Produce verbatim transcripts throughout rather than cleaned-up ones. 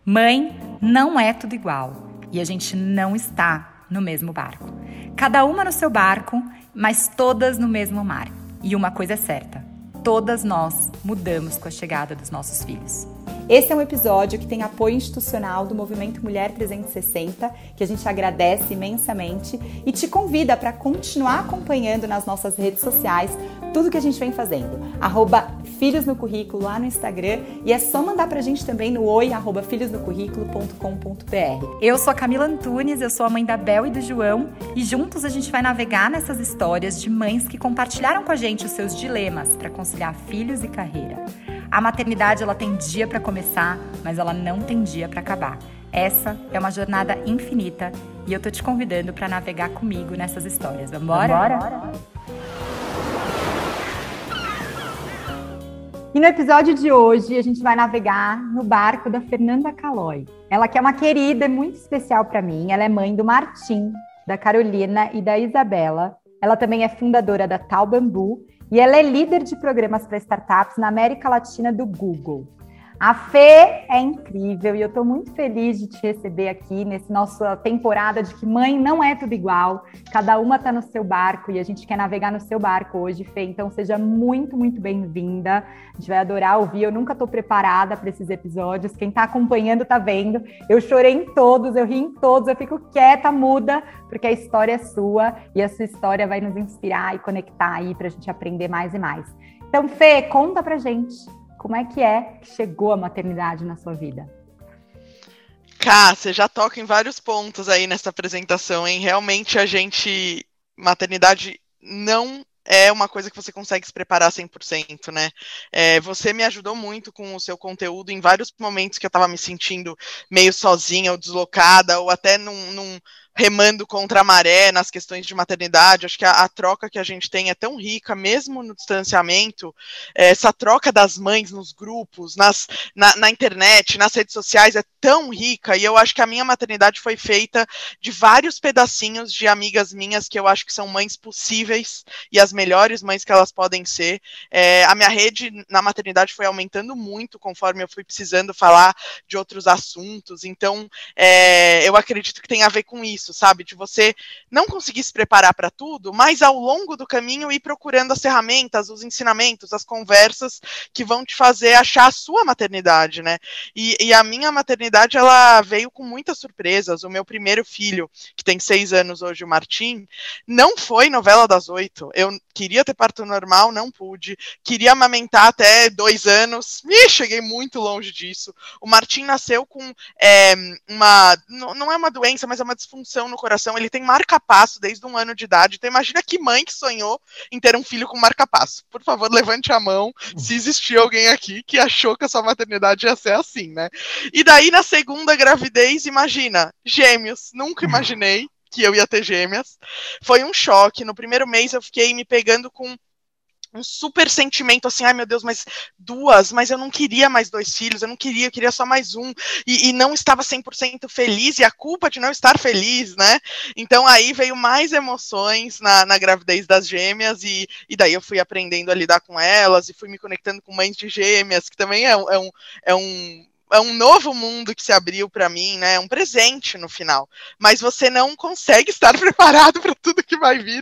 Mãe não é tudo igual e a gente não está no mesmo barco. Cada uma no seu barco, mas todas no mesmo mar. E uma coisa é certa, todas nós mudamos com a chegada dos nossos filhos. Esse é um episódio que tem apoio institucional do Movimento Mulher trezentos e sessenta, que a gente agradece imensamente e te convida para continuar acompanhando nas nossas redes sociais tudo que a gente vem fazendo. Arroba Filhos no Currículo lá no Instagram e é só mandar pra gente também no oi arroba filhos no currículo ponto com ponto b r. Eu sou a Camila Antunes, eu sou a mãe da Bel e do João e juntos a gente vai navegar nessas histórias de mães que compartilharam com a gente os seus dilemas para conciliar filhos e carreira. A maternidade ela tem dia para começar, mas ela não tem dia para acabar. Essa é uma jornada infinita e eu tô te convidando para navegar comigo nessas histórias. Vambora? Vambora? E no episódio de hoje a gente vai navegar no barco da Fernanda Caloi. Ela que é uma querida e muito especial para mim. Ela é mãe do Martim, da Carolina e da Isabela. Ela também é fundadora da Tal Bambu e ela é líder de programas para startups na América Latina do Google. A Fê é incrível e eu estou muito feliz de te receber aqui nessa nossa temporada de que mãe não é tudo igual, cada uma está no seu barco e a gente quer navegar no seu barco hoje, Fê, então seja muito, muito bem-vinda, a gente vai adorar ouvir, eu nunca estou preparada para esses episódios, quem está acompanhando está vendo, eu chorei em todos, eu ri em todos, eu fico quieta, muda, porque a história é sua e a sua história vai nos inspirar e conectar aí para a gente aprender mais e mais. Então, Fê, conta pra gente. Como é que é que chegou a maternidade na sua vida? Cá, você já toca em vários pontos aí nessa apresentação, hein? Realmente a gente, maternidade não é uma coisa que você consegue se preparar cem por cento, né? É, você me ajudou muito com o seu conteúdo em vários momentos que eu estava me sentindo meio sozinha ou deslocada, ou até num, num remando contra a maré nas questões de maternidade. Acho que a, a troca que a gente tem é tão rica, mesmo no distanciamento, é, essa troca das mães nos grupos, nas, na, na internet, nas redes sociais é tão rica, e eu acho que a minha maternidade foi feita de vários pedacinhos de amigas minhas que eu acho que são mães possíveis e as melhores mães que elas podem ser. É, a minha rede na maternidade foi aumentando muito conforme eu fui precisando falar de outros assuntos, então é, eu acredito que tem a ver com isso, sabe, de você não conseguir se preparar para tudo, mas ao longo do caminho ir procurando as ferramentas, os ensinamentos, as conversas que vão te fazer achar a sua maternidade, né, e, e a minha maternidade, ela veio com muitas surpresas. O meu primeiro filho, que tem seis anos hoje, o Martim, não foi novela das oito. Eu queria ter parto normal, não pude, queria amamentar até dois anos, e cheguei muito longe disso. O Martim nasceu com é, uma, não é uma doença, mas é uma disfunção no coração, ele tem marca-passo desde um ano de idade, então imagina que mãe que sonhou em ter um filho com marca-passo. Por favor, levante a mão se existir alguém aqui que achou que a sua maternidade ia ser assim, né? E daí, na segunda gravidez, imagina, gêmeos, nunca imaginei que eu ia ter gêmeas, foi um choque. No primeiro mês eu fiquei me pegando com um super sentimento assim, ai meu Deus, mas duas, mas eu não queria mais dois filhos, eu não queria, eu queria só mais um, e, e não estava cem por cento feliz, e a culpa de não estar feliz, né, então aí veio mais emoções na, na gravidez das gêmeas, e, e daí eu fui aprendendo a lidar com elas, e fui me conectando com mães de gêmeas, que também é, um, é um, é um é um novo mundo que se abriu para mim, né, um presente no final, mas você não consegue estar preparado para tudo que vai vir.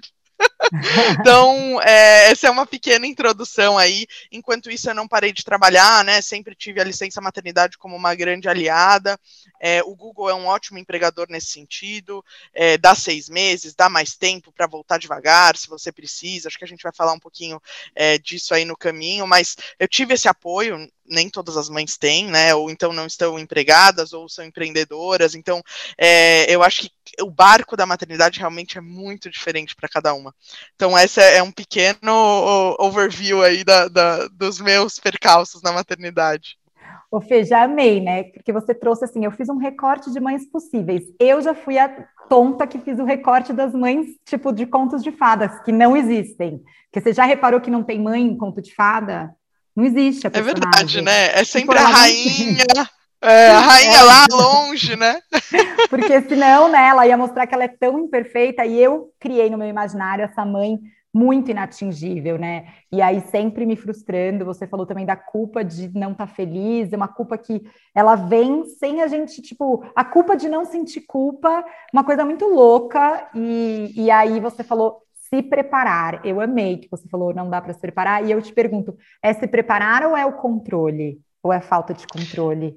Então, é, essa é uma pequena introdução aí. Enquanto isso, eu não parei de trabalhar, né? Sempre tive a licença maternidade como uma grande aliada. É, o Google é um ótimo empregador nesse sentido. É, dá seis meses, dá mais tempo para voltar devagar, se você precisa. Acho que a gente vai falar um pouquinho é, disso aí no caminho, mas eu tive esse apoio. Nem todas as mães têm, né, ou então não estão empregadas, ou são empreendedoras, então é, eu acho que o barco da maternidade realmente é muito diferente para cada uma. Então esse é um pequeno overview aí da, da, dos meus percalços na maternidade. Ô Fê, já amei, né, porque você trouxe assim, eu fiz um recorte de mães possíveis, eu já fui a tonta que fiz o recorte das mães, tipo, de contos de fadas, que não existem, porque você já reparou que não tem mãe em conto de fada? Não existe a personagem. É verdade, né? É sempre tipo, a rainha, é, a rainha é. lá longe, né? Porque senão, né, ela ia mostrar que ela é tão imperfeita, e eu criei no meu imaginário essa mãe muito inatingível, né? E aí sempre me frustrando. Você falou também da culpa de não estar feliz, é uma culpa que ela vem sem a gente, tipo, a culpa de não sentir culpa, uma coisa muito louca. E, e aí você falou se preparar. Eu amei que você falou não dá para se preparar. E eu te pergunto, é se preparar ou é o controle? Ou é falta de controle?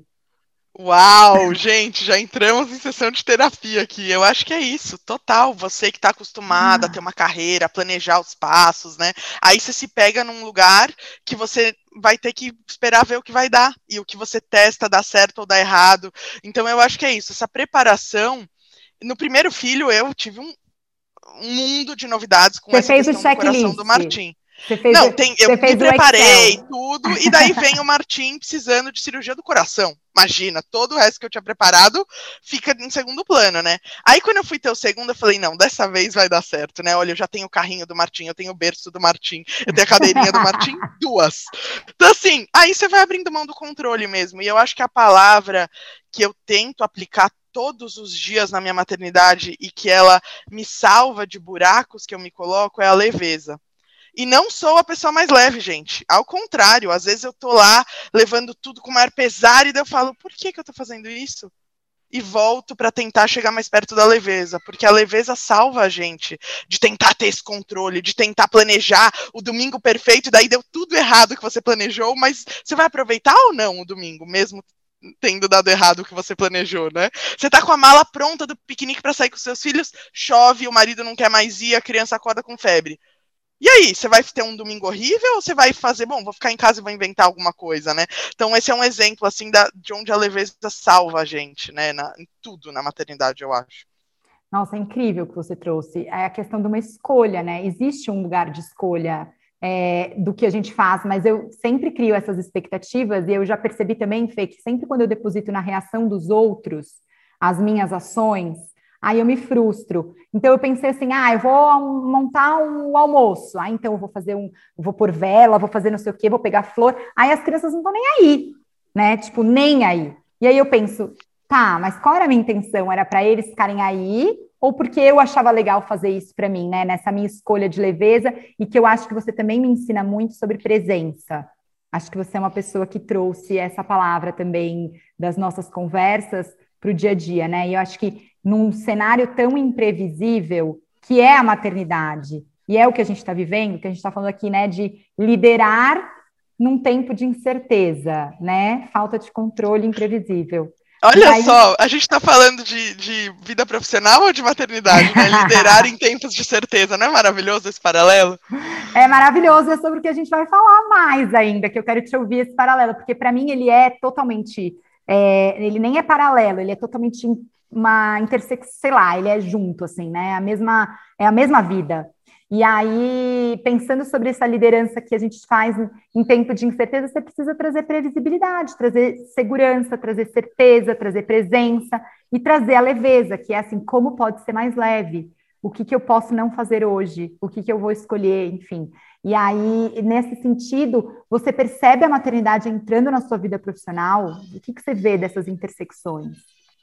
Uau, gente, já entramos em sessão de terapia aqui. Eu acho que é isso, total. Você que está acostumada a ter uma carreira, a planejar os passos, né? Aí você se pega num lugar que você vai ter que esperar ver o que vai dar e o que você testa dá certo ou dá errado. Então eu acho que é isso, essa preparação. No primeiro filho eu tive um, um mundo de novidades com Você essa fez o questão do coração do checklist. Martim. Você fez, Não, o, tem, eu você me fez o preparei, Excel. tudo, e daí vem o Martim precisando de cirurgia do coração. Imagina, todo o resto que eu tinha preparado fica em segundo plano, né? Aí quando eu fui ter o segundo, eu falei, não, dessa vez vai dar certo, né? Olha, eu já tenho o carrinho do Martim, eu tenho o berço do Martim, eu tenho a cadeirinha do Martim, duas. Então assim, aí você vai abrindo mão do controle mesmo, e eu acho que a palavra que eu tento aplicar todos os dias na minha maternidade e que ela me salva de buracos que eu me coloco é a leveza. E não sou a pessoa mais leve, gente. Ao contrário, às vezes eu tô lá levando tudo com maior pesar e daí eu falo, por que que eu tô fazendo isso? E volto para tentar chegar mais perto da leveza, porque a leveza salva a gente de tentar ter esse controle, de tentar planejar o domingo perfeito e daí deu tudo errado que você planejou, mas você vai aproveitar ou não o domingo, mesmo tendo dado errado o que você planejou, né? Você tá com a mala pronta do piquenique para sair com seus filhos, chove, o marido não quer mais ir, a criança acorda com febre. E aí, você vai ter um domingo horrível ou você vai fazer, bom, vou ficar em casa e vou inventar alguma coisa, né? Então esse é um exemplo, assim, da, de onde a leveza salva a gente, né? Na, em tudo na maternidade, eu acho. Nossa, é incrível o que você trouxe. É a questão de uma escolha, né? Existe um lugar de escolha é, do que a gente faz, mas eu sempre crio essas expectativas e eu já percebi também, Fê, que sempre quando eu deposito na reação dos outros as minhas ações, aí eu me frustro. Então eu pensei assim, ah, eu vou montar um almoço, ah, então eu vou fazer um, vou pôr vela, vou fazer não sei o quê, vou pegar flor, aí as crianças não estão nem aí, né? Tipo, nem aí. E aí eu penso, tá, mas qual era a minha intenção? Era para eles ficarem aí ou porque eu achava legal fazer isso para mim, né? Nessa minha escolha de leveza e que eu acho que você também me ensina muito sobre presença. Acho que você é uma pessoa que trouxe essa palavra também das nossas conversas para o dia a dia, né? E eu acho que num cenário tão imprevisível que é a maternidade, e é o que a gente está vivendo, que a gente está falando aqui, né, de liderar num tempo de incerteza, né? Falta de controle imprevisível. Olha aí... só, a gente está falando de, de vida profissional ou de maternidade, né? Liderar em tempos de certeza, não é maravilhoso esse paralelo? É maravilhoso, é sobre o que a gente vai falar mais ainda, que eu quero te ouvir esse paralelo, porque para mim ele é totalmente, é, ele nem é paralelo, ele é totalmente uma intersecção, sei lá, ele é junto, assim, né? A mesma, é a mesma vida. E aí, pensando sobre essa liderança que a gente faz em tempo de incerteza, você precisa trazer previsibilidade, trazer segurança, trazer certeza, trazer presença e trazer a leveza, que é assim, como pode ser mais leve? O que, que eu posso não fazer hoje? O que, que eu vou escolher? Enfim. E aí, nesse sentido, você percebe a maternidade entrando na sua vida profissional? O que, que você vê dessas intersecções?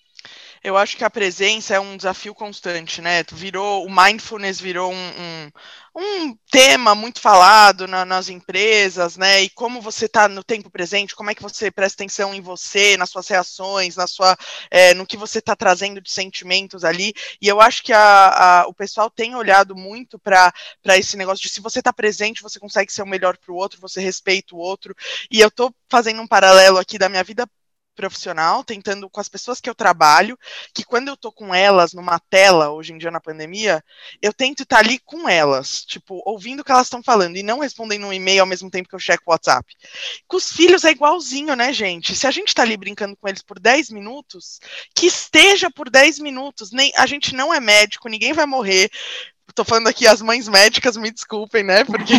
Eu acho que a presença é um desafio constante, né? Virou, o mindfulness virou um, um, um tema muito falado na, nas empresas, né? E como você está no tempo presente, como é que você presta atenção em você, nas suas reações, na sua, é, no que você está trazendo de sentimentos ali. E eu acho que a, a, o pessoal tem olhado muito para esse negócio de se você está presente, você consegue ser o melhor para o outro, você respeita o outro. E eu estou fazendo um paralelo aqui da minha vida profissional, tentando com as pessoas que eu trabalho, que quando eu tô com elas numa tela, hoje em dia na pandemia, eu tento estar ali com elas, tipo, ouvindo o que elas estão falando e não respondendo um e-mail ao mesmo tempo que eu checo o WhatsApp. Com os filhos é igualzinho, né, gente? Se a gente tá ali brincando com eles por dez minutos, que esteja por dez minutos, nem a gente não é médico, ninguém vai morrer. Tô falando aqui as mães médicas, me desculpem, né? Porque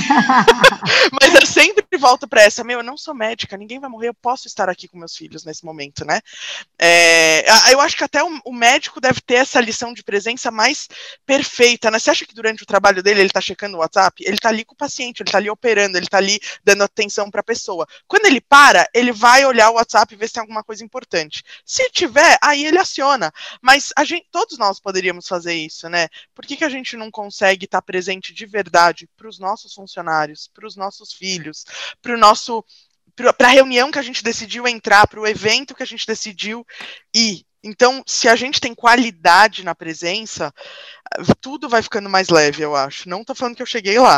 mas eu sempre volto para essa, meu, eu não sou médica, ninguém vai morrer, eu posso estar aqui com meus filhos nesse momento, né? É, eu acho que até o, o médico deve ter essa lição de presença mais perfeita, né? Você acha que durante o trabalho dele ele tá checando o WhatsApp? Ele tá ali com o paciente, ele tá ali operando, ele tá ali dando atenção para a pessoa. Quando ele para, ele vai olhar o WhatsApp e ver se tem alguma coisa importante. Se tiver, aí ele aciona. Mas a gente, todos nós poderíamos fazer isso, né? Por que que a gente não consegue estar presente de verdade para os nossos funcionários, para os nossos filhos, para o nosso, para a reunião que a gente decidiu entrar, para o evento que a gente decidiu ir. Então, se a gente tem qualidade na presença, tudo vai ficando mais leve, eu acho. Não estou falando que eu cheguei lá,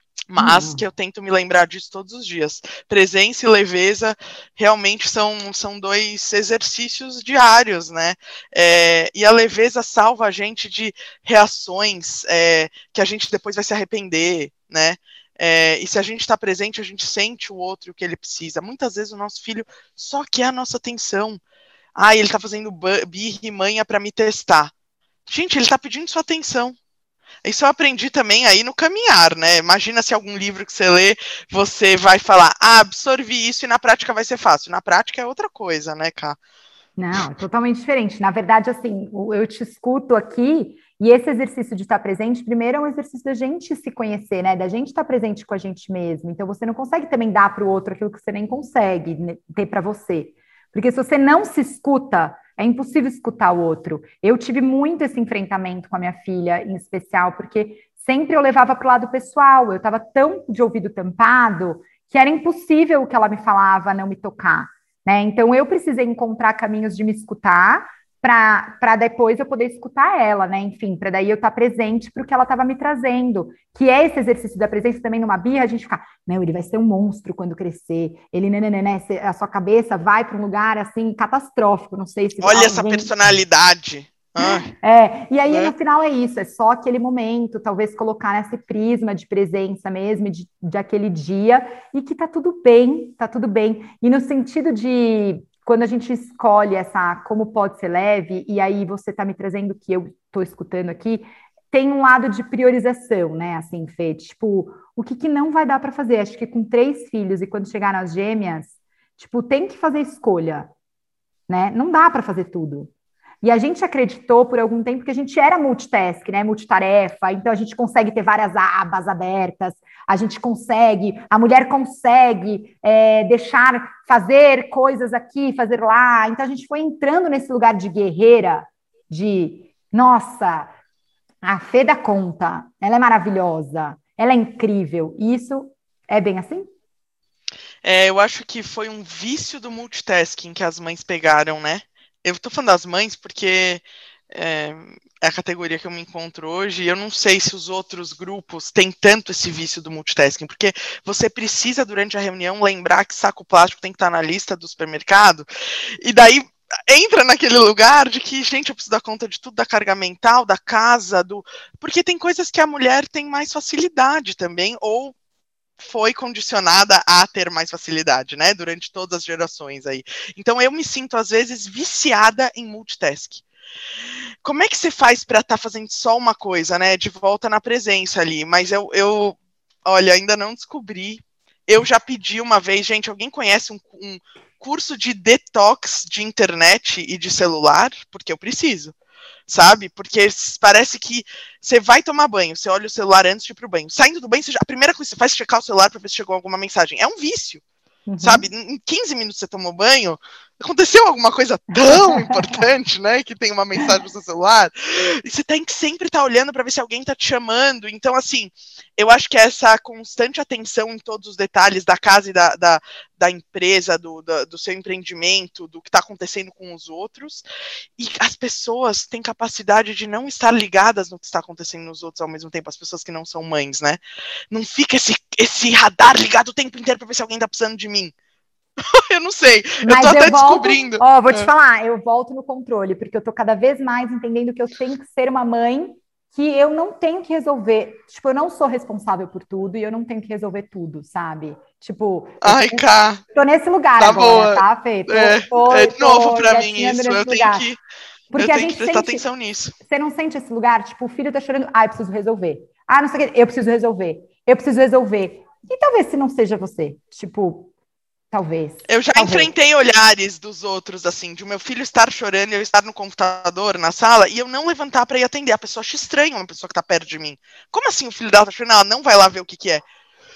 mas uhum. que eu tento me lembrar disso todos os dias. Presença e leveza realmente são, são dois exercícios diários, né? É, e a leveza salva a gente de reações é, que a gente depois vai se arrepender, né? É, e se a gente está presente, a gente sente o outro e o que ele precisa. Muitas vezes o nosso filho só quer a nossa atenção. Ah, ele está fazendo birra e manha para me testar. Gente, ele está pedindo sua atenção. Isso eu aprendi também aí no caminhar, né? Imagina se algum livro que você lê, você vai falar, ah, absorvi isso e na prática vai ser fácil. Na prática é outra coisa, né, Ká? Não, é totalmente diferente. Na verdade, assim, eu te escuto aqui e esse exercício de estar presente, primeiro é um exercício da gente se conhecer, né? Da gente estar presente com a gente mesmo. Então, você não consegue também dar para o outro aquilo que você nem consegue ter para você. Porque se você não se escuta, é impossível escutar o outro. Eu tive muito esse enfrentamento com a minha filha, em especial, porque sempre eu levava para o lado pessoal. Eu estava tão de ouvido tampado que era impossível o que ela me falava não me tocar, né? Então, eu precisei encontrar caminhos de me escutar para depois eu poder escutar ela, né? Enfim, para daí eu estar presente para o que ela estava me trazendo, que é esse exercício da presença também numa birra, a gente fica, não, ele vai ser um monstro quando crescer, ele, né, né, né, a sua cabeça vai para um lugar, assim, catastrófico, não sei se... Olha alguém... essa personalidade! Ah, é, e aí né? No final é isso, é só aquele momento, talvez colocar nesse prisma de presença mesmo, de, de aquele dia, e que tá tudo bem, tá tudo bem, e no sentido de... Quando a gente escolhe essa como pode ser leve, e aí você está me trazendo o que eu estou escutando aqui, tem um lado de priorização, né? Assim, Fê, tipo, o que, que não vai dar para fazer? Acho que com três filhos e quando chegar nas gêmeas, tipo, tem que fazer escolha, né? Não dá para fazer tudo. E a gente acreditou por algum tempo que a gente era multitask, né? Multitarefa, então a gente consegue ter várias abas abertas, a gente consegue, a mulher consegue é, deixar fazer coisas aqui, fazer lá. Então a gente foi entrando nesse lugar de guerreira, de nossa, a Fê dá conta, ela é maravilhosa, ela é incrível. E isso é bem assim? É, eu acho que foi um vício do multitasking que as mães pegaram, né? Eu tô falando das mães porque é, é a categoria que eu me encontro hoje e eu não sei se os outros grupos têm tanto esse vício do multitasking, porque você precisa, durante a reunião, lembrar que saco plástico tem que estar na lista do supermercado, e daí entra naquele lugar de que, gente, eu preciso dar conta de tudo, da carga mental, da casa, do... porque tem coisas que a mulher tem mais facilidade também, ou foi condicionada a ter mais facilidade, né, durante todas as gerações aí. Então eu me sinto, às vezes, viciada em multitask. Como é que você faz para estar tá fazendo só uma coisa, né, de volta na presença ali? Mas eu, eu, olha, ainda não descobri. Eu já pedi uma vez, gente, alguém conhece um, um curso de detox de internet e de celular? Porque eu preciso. Sabe? Porque parece que você vai tomar banho, você olha o celular antes de ir pro banho. Saindo do banho, você já, a primeira coisa que você faz é checar o celular para ver se chegou alguma mensagem. É um vício, uhum. Sabe? Em quinze minutos você tomou banho, aconteceu alguma coisa tão importante, né? Que tem uma mensagem no seu celular. E você tem que sempre estar tá olhando para ver se alguém está te chamando. Então, assim, eu acho que essa constante atenção em todos os detalhes da casa e da, da, da empresa, do, da, do seu empreendimento, do que está acontecendo com os outros. E as pessoas têm capacidade de não estar ligadas no que está acontecendo nos outros ao mesmo tempo, as pessoas que não são mães, né? Não fica esse, esse radar ligado o tempo inteiro para ver se alguém está precisando de mim. Eu não sei, mas eu tô até eu volto, descobrindo. Ó, vou te é. falar, eu volto no controle, porque eu tô cada vez mais entendendo que eu tenho que ser uma mãe que eu não tenho que resolver. Tipo, eu não sou responsável por tudo e eu não tenho que resolver tudo, sabe? Tipo, ai, tô, cá. tô nesse lugar tá agora, boa. tá, Fê? Tô, é, tô, é tô, novo pra mim isso, eu tenho lugar. que, porque eu a tenho gente que prestar sente, atenção nisso. Você não sente esse lugar? Tipo, o filho tá chorando, ah, eu preciso resolver. Ah, não sei o que, eu preciso resolver. Eu preciso resolver. E talvez se não seja você, tipo... Talvez. Eu já talvez. enfrentei olhares dos outros, assim, de o meu filho estar chorando e eu estar no computador, na sala, e eu não levantar para ir atender. A pessoa acha estranho uma pessoa que tá perto de mim. Como assim o filho dela tá chorando? Ela não vai lá ver o que que é.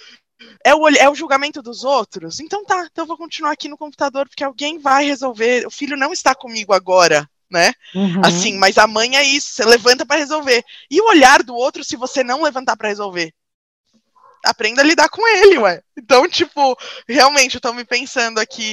É o, é o julgamento dos outros? Então tá, então eu vou continuar aqui no computador, porque alguém vai resolver. O filho não está comigo agora. né? Uhum. Assim, mas a mãe é isso, você levanta para resolver. E o olhar do outro, se você não levantar para resolver? Aprenda a lidar com ele, ué. Então, tipo, realmente, eu tô me pensando aqui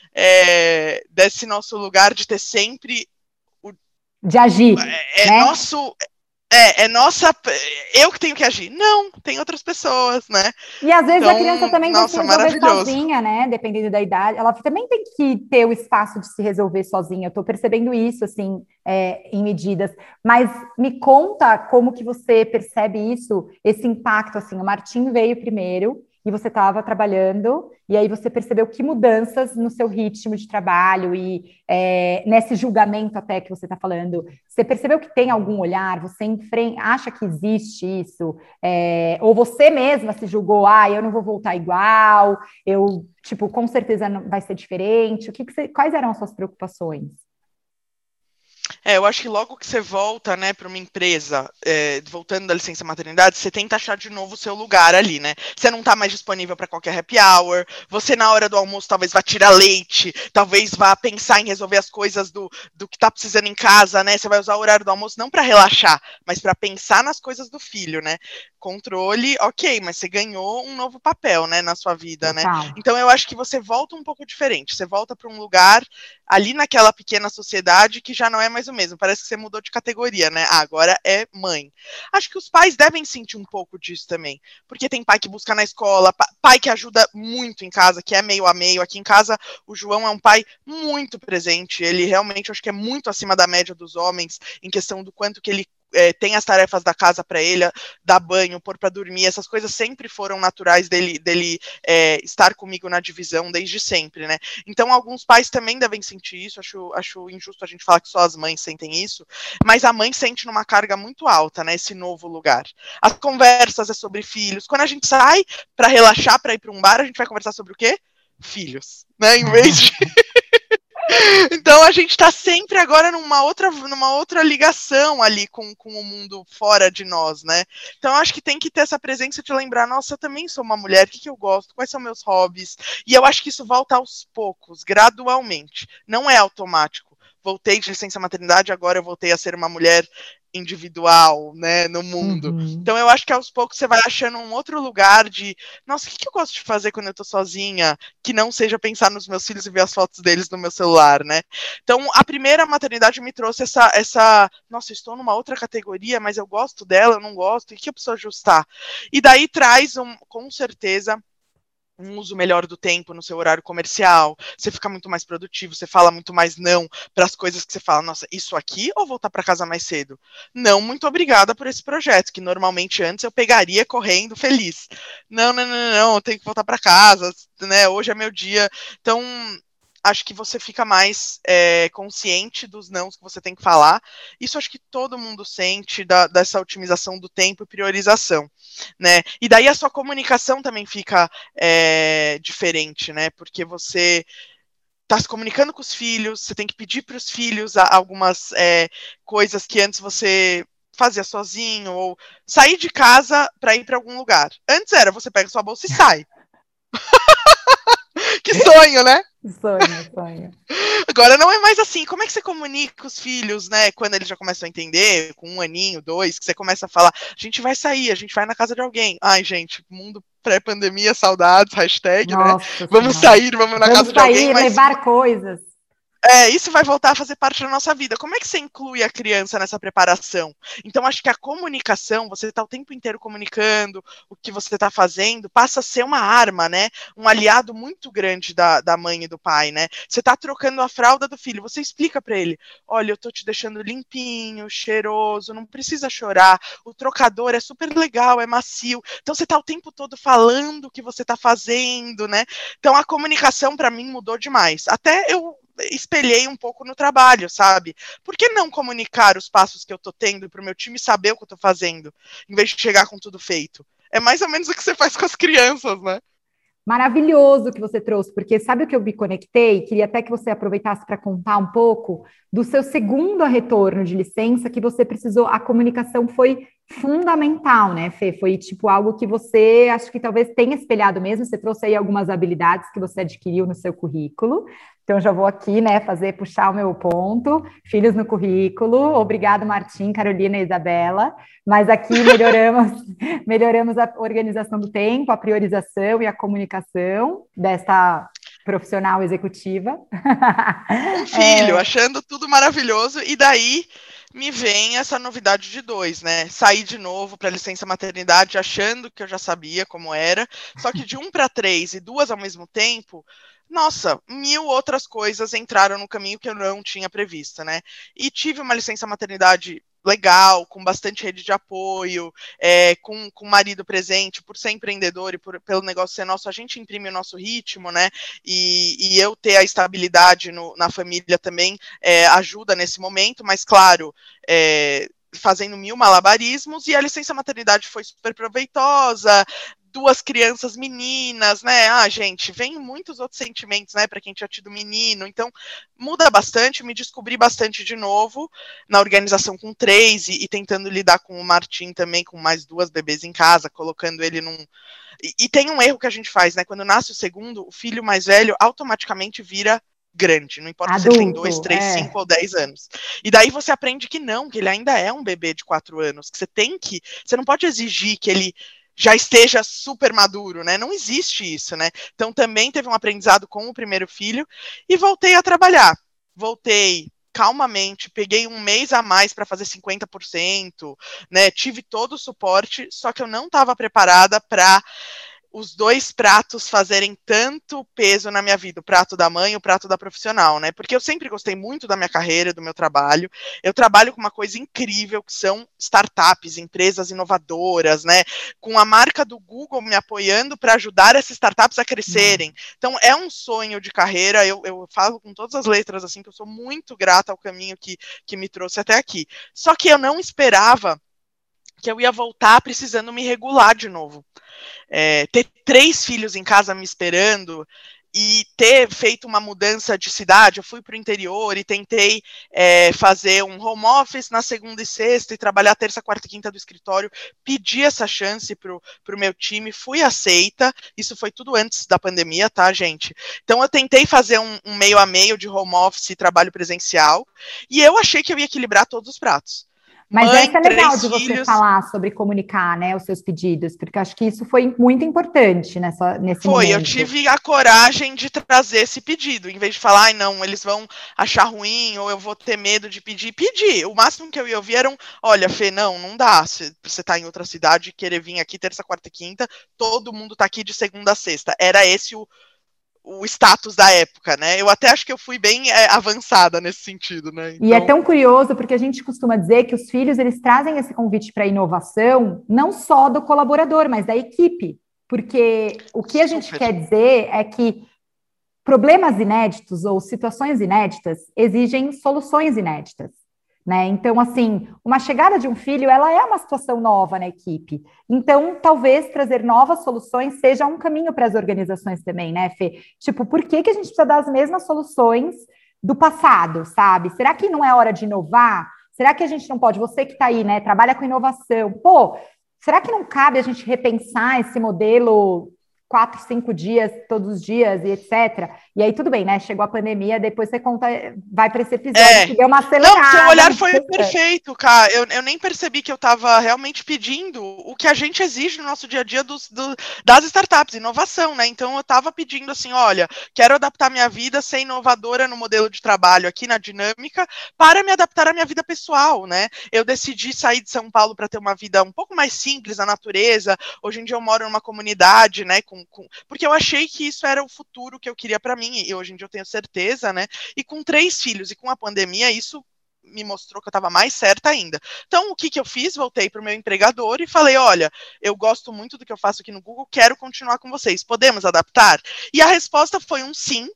é, desse nosso lugar de ter sempre o, de agir, é, é né? nosso... É, é nossa... Eu que tenho que agir. Não, tem outras pessoas, né? E às vezes Então, a criança também vai se nossa, resolver maravilhoso. sozinha, né? Dependendo da idade. Ela também tem que ter o espaço de se resolver sozinha. Eu tô percebendo isso, assim, é, em medidas. Mas me conta como que você percebe isso, esse impacto, assim. O Martim veio primeiro e você estava trabalhando, e aí você percebeu que mudanças no seu ritmo de trabalho e é, nesse julgamento até que você está falando. Você percebeu que tem algum olhar? Você enfrenta, acha que existe isso? É, ou você mesma se julgou, ah, eu não vou voltar igual, eu, tipo, com certeza não vai ser diferente. O que que você, quais eram as suas preocupações? É, eu acho que logo que você volta, né, para uma empresa, é, voltando da licença maternidade, você tenta achar de novo o seu lugar ali, né? Você não tá mais disponível para qualquer happy hour, você na hora do almoço talvez vá tirar leite, talvez vá pensar em resolver as coisas do, do que tá precisando em casa, né? Você vai usar o horário do almoço não para relaxar, mas para pensar nas coisas do filho, né? Controle, ok, mas você ganhou um novo papel, né, na sua vida, né? Total. Então eu acho que você volta um pouco diferente, você volta para um lugar ali naquela pequena sociedade que já não é mais o mesmo. Parece que você mudou de categoria, né? Ah, agora é mãe. Acho que os pais devem sentir um pouco disso também. Porque tem pai que busca na escola, pai que ajuda muito em casa, que é meio a meio. Aqui em casa, o João é um pai muito presente. Ele realmente, acho que é muito acima da média dos homens em questão do quanto que ele É, tem as tarefas da casa para ele, dar banho, pôr para dormir, essas coisas sempre foram naturais dele, dele é, estar comigo na divisão desde sempre, né? Então, alguns pais também devem sentir isso, acho, acho injusto a gente falar que só as mães sentem isso, mas a mãe sente numa carga muito alta, né, esse novo lugar. As conversas é sobre filhos. Quando a gente sai para relaxar, para ir para um bar, a gente vai conversar sobre o quê? Filhos, né? Em vez de então a gente está sempre agora numa outra, numa outra ligação ali com, com o mundo fora de nós, né? Então eu acho que tem que ter essa presença de lembrar, nossa, eu também sou uma mulher, o que, que eu gosto, quais são meus hobbies? E eu acho que isso volta aos poucos, gradualmente, não é automático. Voltei de licença maternidade, agora eu voltei a ser uma mulher individual, né, no mundo. Uhum. Então eu acho que aos poucos você vai achando um outro lugar de, nossa, o que, que eu gosto de fazer quando eu tô sozinha, que não seja pensar nos meus filhos e ver as fotos deles no meu celular, né? Então a primeira maternidade me trouxe essa, essa, nossa, eu estou numa outra categoria, mas eu gosto dela, eu não gosto, e que eu preciso ajustar? E daí traz, um, com certeza, um uso melhor do tempo no seu horário comercial, você fica muito mais produtivo, você fala muito mais não para as coisas que você fala, nossa, isso aqui ou voltar para casa mais cedo? Não, muito obrigada por esse projeto, que normalmente antes eu pegaria correndo feliz. Não, não, não, não, não eu tenho que voltar para casa, né? Hoje é meu dia. Então, acho que você fica mais é, consciente dos nãos que você tem que falar. Isso acho que todo mundo sente da, dessa otimização do tempo e priorização, né? E daí a sua comunicação também fica é, diferente, né? Porque você está se comunicando com os filhos, você tem que pedir para os filhos algumas é, coisas que antes você fazia sozinho, ou sair de casa para ir para algum lugar. Antes era, você pega sua bolsa e sai. Que sonho, né? Sonho, sonho. Agora não é mais assim. Como é que você comunica os filhos, né? Quando eles já começam a entender, com um aninho, dois, que você começa a falar, a gente vai sair, a gente vai na casa de alguém. Ai, gente, mundo pré-pandemia, saudades, hashtag, né? Nossa Vamos Senhora. sair, vamos na Vamos casa de alguém, sair, mas levar coisas. é, isso vai voltar a fazer parte da nossa vida. Como é que você inclui a criança nessa preparação? Então, acho que a comunicação, você está o tempo inteiro comunicando o que você está fazendo, passa a ser uma arma, né? Um aliado muito grande da, da mãe e do pai, né? Você está trocando a fralda do filho, você explica para ele, olha, eu estou te deixando limpinho, cheiroso, não precisa chorar, o trocador é super legal, é macio. Então, você está o tempo todo falando o que você está fazendo, né? Então, a comunicação, para mim, mudou demais. Até eu espelhei um pouco no trabalho, sabe? Por que não comunicar os passos que eu tô tendo para o meu time saber o que eu tô fazendo, em vez de chegar com tudo feito? É mais ou menos o que você faz com as crianças, né? Maravilhoso que você trouxe, porque sabe o que eu me conectei? Queria até que você aproveitasse para contar um pouco do seu segundo retorno de licença, que você precisou, a comunicação foi fundamental, né, Fê? Foi tipo algo que você, acho que talvez tenha espelhado mesmo. Você trouxe aí algumas habilidades que você adquiriu no seu currículo. Então, já vou aqui, né, fazer, puxar o meu ponto. Filhos no currículo. Obrigado, Martim, Carolina e Isabela. Mas aqui melhoramos, melhoramos a organização do tempo, a priorização e a comunicação desta profissional executiva. Um filho, é... achando tudo maravilhoso, e daí me vem essa novidade de dois, né? Saí de novo para licença maternidade, achando que eu já sabia como era, só que de um para três e duas ao mesmo tempo, nossa, mil outras coisas entraram no caminho que eu não tinha previsto, né? E tive uma licença maternidade legal, com bastante rede de apoio, é, com, com o marido presente, por ser empreendedor e por, pelo negócio ser nosso, a gente imprime o nosso ritmo, né, e, e eu ter a estabilidade no, na família também é, ajuda nesse momento, mas claro, é, fazendo mil malabarismos, e a licença maternidade foi super proveitosa, duas crianças meninas, né? Ah, gente, vem muitos outros sentimentos, né? Para quem tinha tido menino, então muda bastante. Me descobri bastante de novo na organização com três e, e tentando lidar com o Martim também, com mais duas bebês em casa, colocando ele num. E, e tem um erro que a gente faz, né? Quando nasce o segundo, o filho mais velho automaticamente vira grande, não importa Adulto, se ele tem dois, três, é. cinco ou dez anos. E daí você aprende que não, que ele ainda é um bebê de quatro anos, que você tem que, você não pode exigir que ele já esteja super maduro, né? Não existe isso, né? Então também teve um aprendizado com o primeiro filho e voltei a trabalhar. Voltei calmamente, peguei um mês a mais para fazer cinquenta por cento, né? Tive todo o suporte, só que eu não estava preparada para os dois pratos fazerem tanto peso na minha vida, o prato da mãe e o prato da profissional, né? Porque eu sempre gostei muito da minha carreira, do meu trabalho. Eu trabalho com uma coisa incrível, que são startups, empresas inovadoras, né? Com a marca do Google me apoiando para ajudar essas startups a crescerem. Então, é um sonho de carreira. Eu, eu falo com todas as letras, assim, que eu sou muito grata ao caminho que, que me trouxe até aqui. Só que eu não esperava que eu ia voltar precisando me regular de novo. É, ter três filhos em casa me esperando e ter feito uma mudança de cidade. Eu fui para o interior e tentei é, fazer um home office na segunda e sexta e trabalhar terça, quarta e quinta do escritório, pedi essa chance para o meu time, fui aceita, isso foi tudo antes da pandemia, tá, gente? Então eu tentei fazer um, um meio a meio de home office e trabalho presencial, e eu achei que eu ia equilibrar todos os pratos. Mas Mãe, essa é legal de filhos. você falar sobre comunicar, né, os seus pedidos, porque acho que isso foi muito importante nessa, nesse foi, momento. Foi, eu tive a coragem de trazer esse pedido, em vez de falar, ai não, eles vão achar ruim, ou eu vou ter medo de pedir, pedir. O máximo que eu ia ouvir era um, olha, Fê, não, não dá, se você tá em outra cidade, querer vir aqui terça, quarta e quinta, todo mundo tá aqui de segunda a sexta. Era esse o o status da época, né? Eu até acho que eu fui bem é, avançada nesse sentido, né? Então... E é tão curioso porque a gente costuma dizer que os filhos eles trazem esse convite para a inovação não só do colaborador, mas da equipe, porque o que a gente Super. quer dizer é que problemas inéditos ou situações inéditas exigem soluções inéditas. Né? Então, assim, uma chegada de um filho, ela é uma situação nova na equipe. Então, talvez trazer novas soluções seja um caminho para as organizações também, né, Fê? Tipo, por que, que a gente precisa dar as mesmas soluções do passado, sabe? Será que não é hora de inovar? Será que a gente não pode? Você que está aí, né, trabalha com inovação. Pô, será que não cabe a gente repensar esse modelo quatro, cinco dias, todos os dias e etcétera. E aí tudo bem, né? Chegou a pandemia, depois você conta, vai para esse episódio é. que deu uma acelerada. Não, seu olhar foi perfeito, cara. Eu, eu nem percebi que eu estava realmente pedindo o que a gente exige no nosso dia a dia dos, do, das startups, inovação, né? Então eu estava pedindo assim, olha, quero adaptar minha vida, ser inovadora no modelo de trabalho aqui na Dinâmica, para me adaptar à minha vida pessoal, né? Eu decidi sair de São Paulo para ter uma vida um pouco mais simples, na natureza. Hoje em dia eu moro numa comunidade, né? Com, com, porque eu achei que isso era o futuro que eu queria para mim, e hoje em dia eu tenho certeza, né? E com três filhos e com a pandemia, isso me mostrou que eu estava mais certa ainda. Então, o que, que eu fiz? Voltei para o meu empregador e falei, olha, eu gosto muito do que eu faço aqui no Google, quero continuar com vocês, podemos adaptar? E a resposta foi um sim.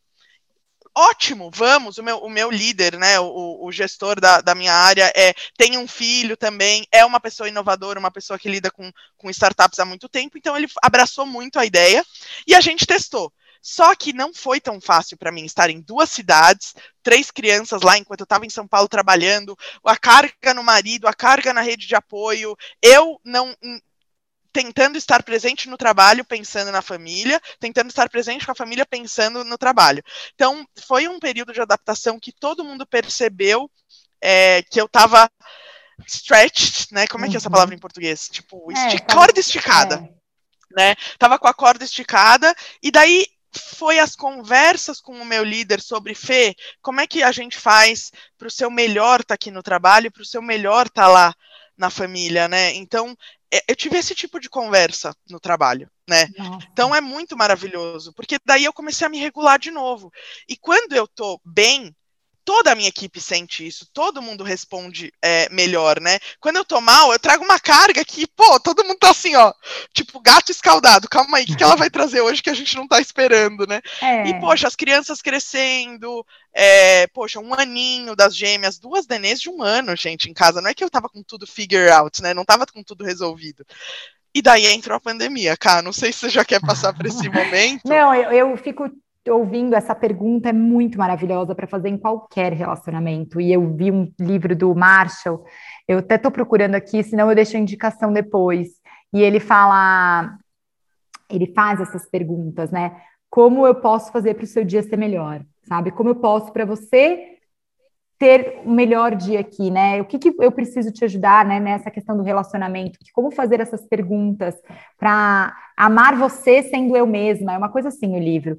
Ótimo, vamos, o meu, o meu líder, né, o, o gestor da, da minha área é, tem um filho também, é uma pessoa inovadora, uma pessoa que lida com, com startups há muito tempo, então ele abraçou muito a ideia e a gente testou. Só que não foi tão fácil para mim estar em duas cidades, três crianças lá enquanto eu estava em São Paulo trabalhando, a carga no marido, a carga na rede de apoio, eu não tentando estar presente no trabalho, pensando na família, tentando estar presente com a família, pensando no trabalho. Então, foi um período de adaptação que todo mundo percebeu é, que eu estava stretched, né? Como é que é essa palavra em português? Tipo, esti- É, corda esticada. é. Né? Tava com a corda esticada, e daí foi as conversas com o meu líder sobre, Fê, como é que a gente faz para o seu melhor estar tá aqui no trabalho, para o seu melhor estar tá lá na família, né? Então, eu tive esse tipo de conversa no trabalho, né? Nossa. Então é muito maravilhoso, porque daí eu comecei a me regular de novo. E quando eu tô bem, toda a minha equipe sente isso, todo mundo responde é, melhor, né? Quando eu tô mal, eu trago uma carga que, pô, todo mundo tá assim, ó, tipo gato escaldado, calma aí, o que, que ela vai trazer hoje que a gente não tá esperando, né? É. E, poxa, as crianças crescendo, é, poxa, um aninho das gêmeas, duas nenês de um ano, gente, em casa, não é que eu tava com tudo figure out, né? Não tava com tudo resolvido. E daí entrou a pandemia, cara, não sei se você já quer passar por esse momento. Não, eu, eu fico ouvindo essa pergunta, é muito maravilhosa para fazer em qualquer relacionamento. E eu vi um livro do Marshall, eu até estou procurando aqui, senão eu deixo a indicação depois. E ele fala, ele faz essas perguntas, né? Como eu posso fazer para o seu dia ser melhor, sabe? Como eu posso para você ter o melhor dia aqui, né? O que, que eu preciso te ajudar, né, nessa questão do relacionamento? Como fazer essas perguntas para amar você sendo eu mesma? É uma coisa assim o livro.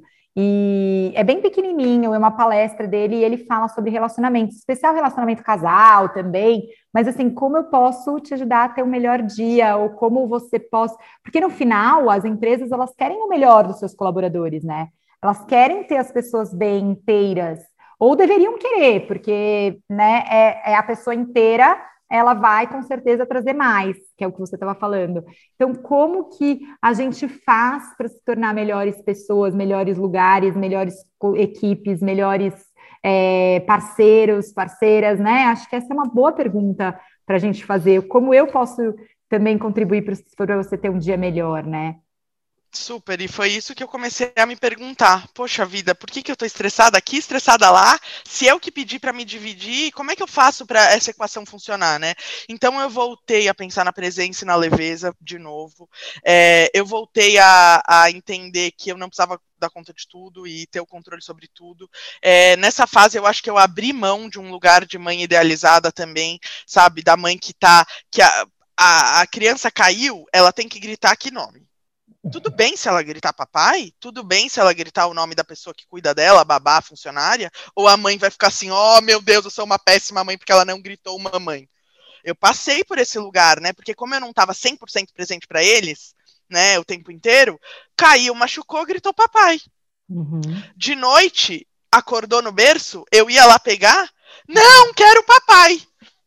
E é bem pequenininho, é uma palestra dele e ele fala sobre relacionamento, especial relacionamento casal também, mas assim, como eu posso te ajudar a ter o melhor dia, ou como você pode... Porque no final, as empresas, elas querem o melhor dos seus colaboradores, né? Elas querem ter as pessoas bem inteiras, ou deveriam querer, porque né, é, é a pessoa inteira, ela vai com certeza trazer mais, que é o que você estava falando. Então, como que a gente faz para se tornar melhores pessoas, melhores lugares, melhores equipes, melhores é, parceiros, parceiras, né? Acho que essa é uma boa pergunta para a gente fazer. Como eu posso também contribuir para você ter um dia melhor, né? Super, e foi isso que eu comecei a me perguntar. Poxa vida, por que, que eu tô estressada aqui, estressada lá? Se eu que pedi para me dividir, como é que eu faço para essa equação funcionar, né? Então eu voltei a pensar na presença e na leveza de novo. É, eu voltei a, a entender que eu não precisava dar conta de tudo e ter o controle sobre tudo. É, nessa fase eu acho que eu abri mão de um lugar de mãe idealizada também, sabe? Da mãe que tá, que a, a, a criança caiu, ela tem que gritar que nome. Tudo bem se ela gritar papai, tudo bem se ela gritar o nome da pessoa que cuida dela, babá, funcionária, ou a mãe vai ficar assim, ó, oh, meu Deus, eu sou uma péssima mãe porque ela não gritou mamãe. Eu passei por esse lugar, né, porque como eu não estava cem por cento presente para eles, né, o tempo inteiro, caiu, machucou, gritou papai. Uhum. De noite, acordou no berço, eu ia lá pegar, não, quero papai.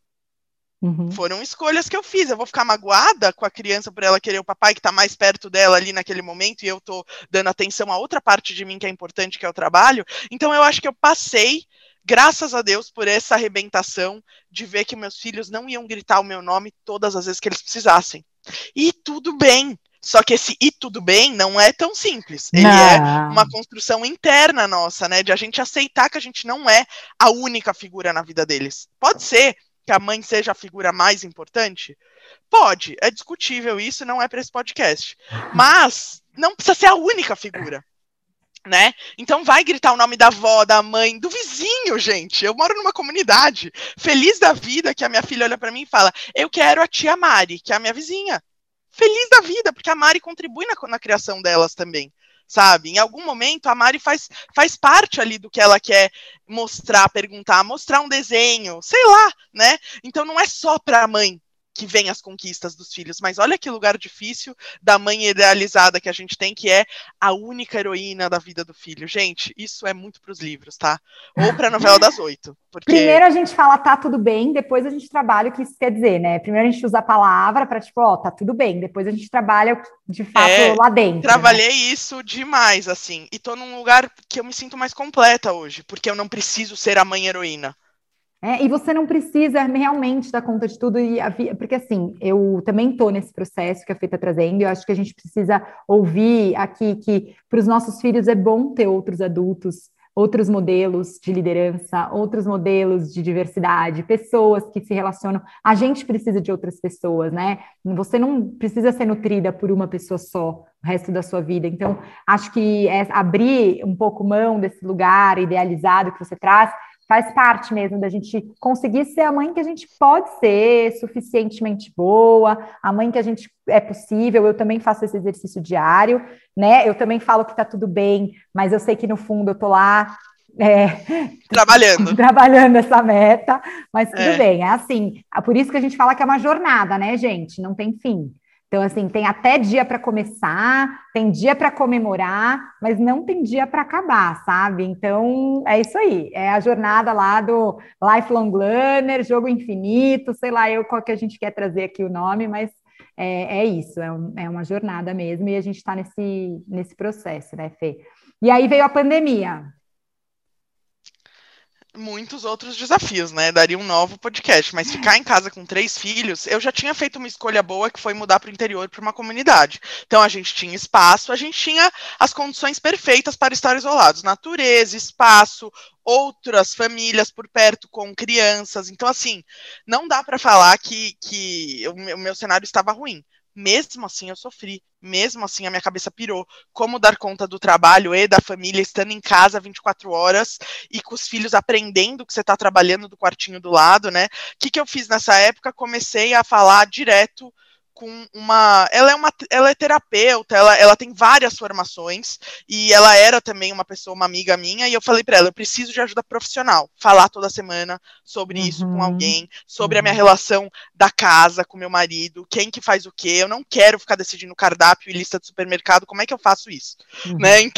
Uhum. Foram escolhas que eu fiz. Eu vou ficar magoada com a criança por ela querer o papai que está mais perto dela ali naquele momento e eu estou dando atenção a outra parte de mim que é importante, que é o trabalho. Então eu acho que eu passei, graças a Deus, por essa arrebentação de ver que meus filhos não iam gritar o meu nome todas as vezes que eles precisassem. E tudo bem. Só que esse e tudo bem não é tão simples. Ele não. É uma construção interna nossa, né? De a gente aceitar que a gente não é a única figura na vida deles. Pode ser que a mãe seja a figura mais importante? Pode, é discutível isso, não é para esse podcast. Mas não precisa ser a única figura, né? Então vai gritar o nome da avó, da mãe, do vizinho, gente. Eu moro numa comunidade feliz da vida que a minha filha olha para mim e fala, eu quero a tia Mari, que é a minha vizinha. Feliz da vida, porque a Mari contribui na, na criação delas também. Sabe? Em algum momento a Mari faz, faz parte ali do que ela quer mostrar, perguntar, mostrar um desenho, sei lá, né? Então não é só para a mãe que vem as conquistas dos filhos, mas olha que lugar difícil da mãe idealizada que a gente tem, que é a única heroína da vida do filho. Gente, isso é muito para os livros, tá? Ou para a novela das oito. Porque... Primeiro a gente fala tá tudo bem, depois a gente trabalha o que isso quer dizer, né? Primeiro a gente usa a palavra para tipo, ó, tá tudo bem, depois a gente trabalha de fato é, lá dentro. Trabalhei né? isso demais, assim, e tô num lugar que eu me sinto mais completa hoje, porque eu não preciso ser a mãe heroína. É, e você não precisa realmente dar conta de tudo, e, porque assim, eu também estou nesse processo que a Fê está trazendo, e eu acho que a gente precisa ouvir aqui que para os nossos filhos é bom ter outros adultos, outros modelos de liderança, outros modelos de diversidade, pessoas que se relacionam. A gente precisa de outras pessoas, né? Você não precisa ser nutrida por uma pessoa só o resto da sua vida. Então, acho que é abrir um pouco mão desse lugar idealizado que você traz faz parte mesmo da gente conseguir ser a mãe que a gente pode ser, suficientemente boa, a mãe que a gente é possível. Eu também faço esse exercício diário, né? Eu também falo que tá tudo bem, mas eu sei que no fundo eu tô lá é, trabalhando. trabalhando essa meta, mas tudo É. bem, é assim. Por isso que a gente fala que é uma jornada, né, gente? Não tem fim. Então, assim, tem até dia para começar, tem dia para comemorar, mas não tem dia para acabar, sabe? Então, é isso aí. É a jornada lá do Lifelong Learner, jogo infinito, sei lá eu qual que a gente quer trazer aqui o nome, mas é, é isso, é, um, é uma jornada mesmo, e a gente está nesse, nesse processo, né, Fê? E aí veio a pandemia. Muitos outros desafios, né? Daria um novo podcast, mas ficar em casa com três filhos, eu já tinha feito uma escolha boa que foi mudar para o interior, para uma comunidade. Então a gente tinha espaço, a gente tinha as condições perfeitas para estar isolados, natureza, espaço, outras famílias por perto com crianças. Então assim, não dá para falar que, que o meu, o meu cenário estava ruim. Mesmo assim eu sofri, mesmo assim a minha cabeça pirou. Como dar conta do trabalho e da família estando em casa vinte e quatro horas e com os filhos aprendendo que você está trabalhando do quartinho do lado, né? O que, que eu fiz nessa época? Comecei a falar direto com uma... Ela é, uma, ela é terapeuta, ela, ela tem várias formações e ela era também uma pessoa, uma amiga minha, e eu falei para ela, eu preciso de ajuda profissional, falar toda semana sobre uhum. isso com alguém, sobre uhum. a minha relação da casa com meu marido, quem que faz o quê, eu não quero ficar decidindo cardápio e lista de supermercado, como é que eu faço isso? Uhum. Né? Então,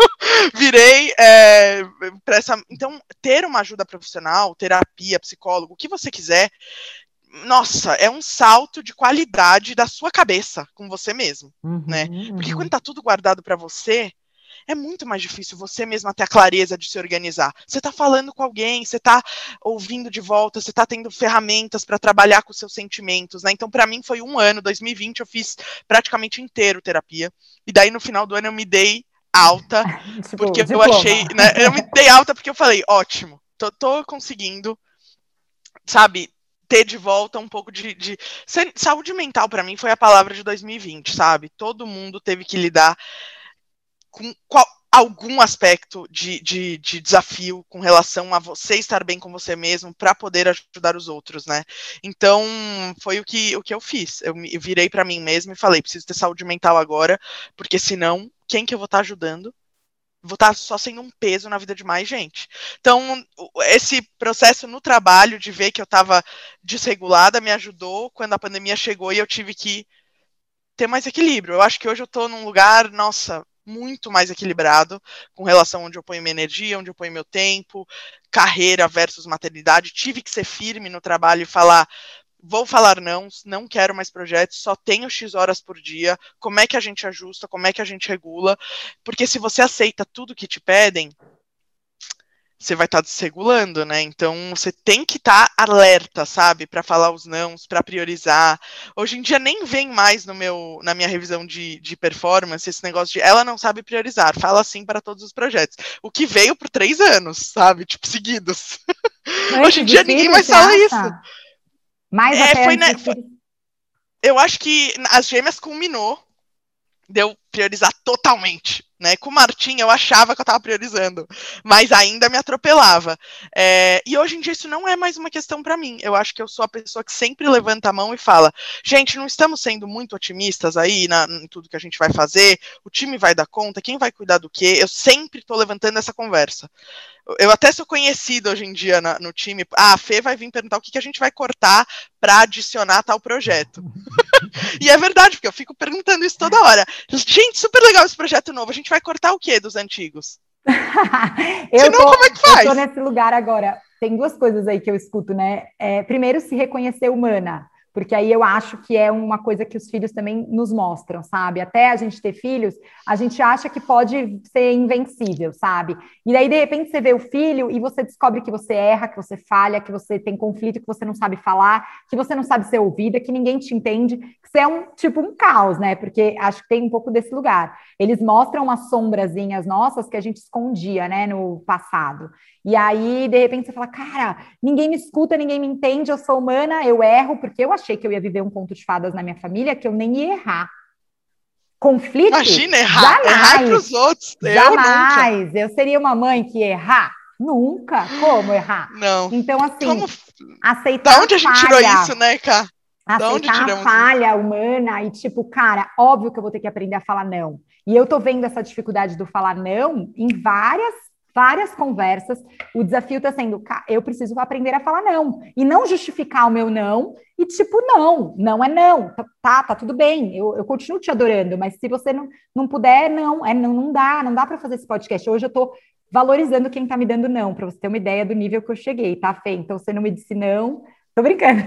virei é, para essa... Então, ter uma ajuda profissional, terapia, psicólogo, o que você quiser, nossa, é um salto de qualidade da sua cabeça com você mesmo, uhum, né? Porque uhum. quando tá tudo guardado para você, é muito mais difícil você mesma ter a clareza de se organizar. Você tá falando com alguém, você tá ouvindo de volta, você tá tendo ferramentas para trabalhar com os seus sentimentos, né? Então, para mim, foi um ano, dois mil e vinte, eu fiz praticamente inteiro terapia. E daí, no final do ano, eu me dei alta, tipo, porque diploma. eu achei... Né, eu me dei alta porque eu falei, ótimo, tô, tô conseguindo, sabe... ter de volta um pouco de... de... Saúde mental, para mim, foi a palavra de dois mil e vinte, sabe? Todo mundo teve que lidar com qual, algum aspecto de, de, de desafio com relação a você estar bem com você mesmo para poder ajudar os outros, né? Então, foi o que, o que eu fiz. Eu, eu virei para mim mesma e falei, preciso ter saúde mental agora, porque senão, quem que eu vou estar ajudando? Vou estar só sendo um peso na vida de mais gente. Então, esse processo no trabalho, de ver que eu estava desregulada, me ajudou quando a pandemia chegou e eu tive que ter mais equilíbrio. Eu acho que hoje eu estou num lugar, nossa, muito mais equilibrado com relação a onde eu ponho minha energia, onde eu ponho meu tempo, carreira versus maternidade. Tive que ser firme no trabalho e falar... Vou falar não, não quero mais projetos, só tenho X horas por dia, como é que a gente ajusta, como é que a gente regula, porque se você aceita tudo que te pedem, você vai estar desregulando, né? Então, você tem que estar alerta, sabe? Para falar os nãos, para priorizar. Hoje em dia, nem vem mais no meu, na minha revisão de, de performance esse negócio de ela não sabe priorizar, fala assim para todos os projetos. O que veio por três anos, sabe? Tipo, seguidos. Hoje em dia, ninguém mais fala acha? isso. Mais é, até foi, né, foi, eu acho que as gêmeas culminou de eu priorizar totalmente, né? Com o Martim eu achava que eu estava priorizando, mas ainda me atropelava. É, e hoje em dia isso não é mais uma questão para mim. Eu acho que eu sou a pessoa que sempre levanta a mão e fala, gente, não estamos sendo muito otimistas aí na, em tudo que a gente vai fazer, o time vai dar conta, quem vai cuidar do quê? Eu sempre estou levantando essa conversa. Eu até sou conhecida hoje em dia na, no time. Ah, a Fê vai vir perguntar o que, que a gente vai cortar para adicionar tal projeto. E é verdade, porque eu fico perguntando isso toda hora. Gente, super legal esse projeto novo. A gente vai cortar o quê dos antigos? eu, Senão, tô, como é que faz? Eu tô nesse lugar agora. Tem duas coisas aí que eu escuto, né? É, primeiro, se reconhecer humana. porque aí eu acho que é uma coisa que os filhos também nos mostram, sabe? Até a gente ter filhos, a gente acha que pode ser invencível, sabe? E daí, de repente, você vê o filho e você descobre que você erra, que você falha, que você tem conflito, que você não sabe falar, que você não sabe ser ouvida, que ninguém te entende, que você é um, tipo, um caos, né? Porque acho que tem um pouco desse lugar. Eles mostram umas sombrazinhas nossas que a gente escondia, né, no passado. E aí, de repente, você fala, cara, ninguém me escuta, ninguém me entende, eu sou humana, eu erro, porque eu achei que eu ia viver um conto de fadas na minha família, que eu nem ia errar. Conflito? Imagina errar, jamais, errar para os outros, jamais. eu nunca. Eu seria uma mãe que ia errar? Nunca. Como errar? Não. Então, assim, Como... aceitar Da onde a gente falha, tirou isso, né, Cá? Da onde aceitar a tiramos falha humana e, tipo, cara, óbvio que eu vou ter que aprender a falar não. E eu tô vendo essa dificuldade do falar não em várias, várias conversas. O desafio tá sendo, eu preciso aprender a falar não. E não justificar o meu não. E, tipo, não, não é não. Tá, tá tudo bem. Eu, eu continuo te adorando, mas se você não, não puder, não, é não, não dá, não dá para fazer esse podcast. Hoje eu tô valorizando quem tá me dando não, para você ter uma ideia do nível que eu cheguei, tá, Fê? Então, você não me disse não. Tô brincando.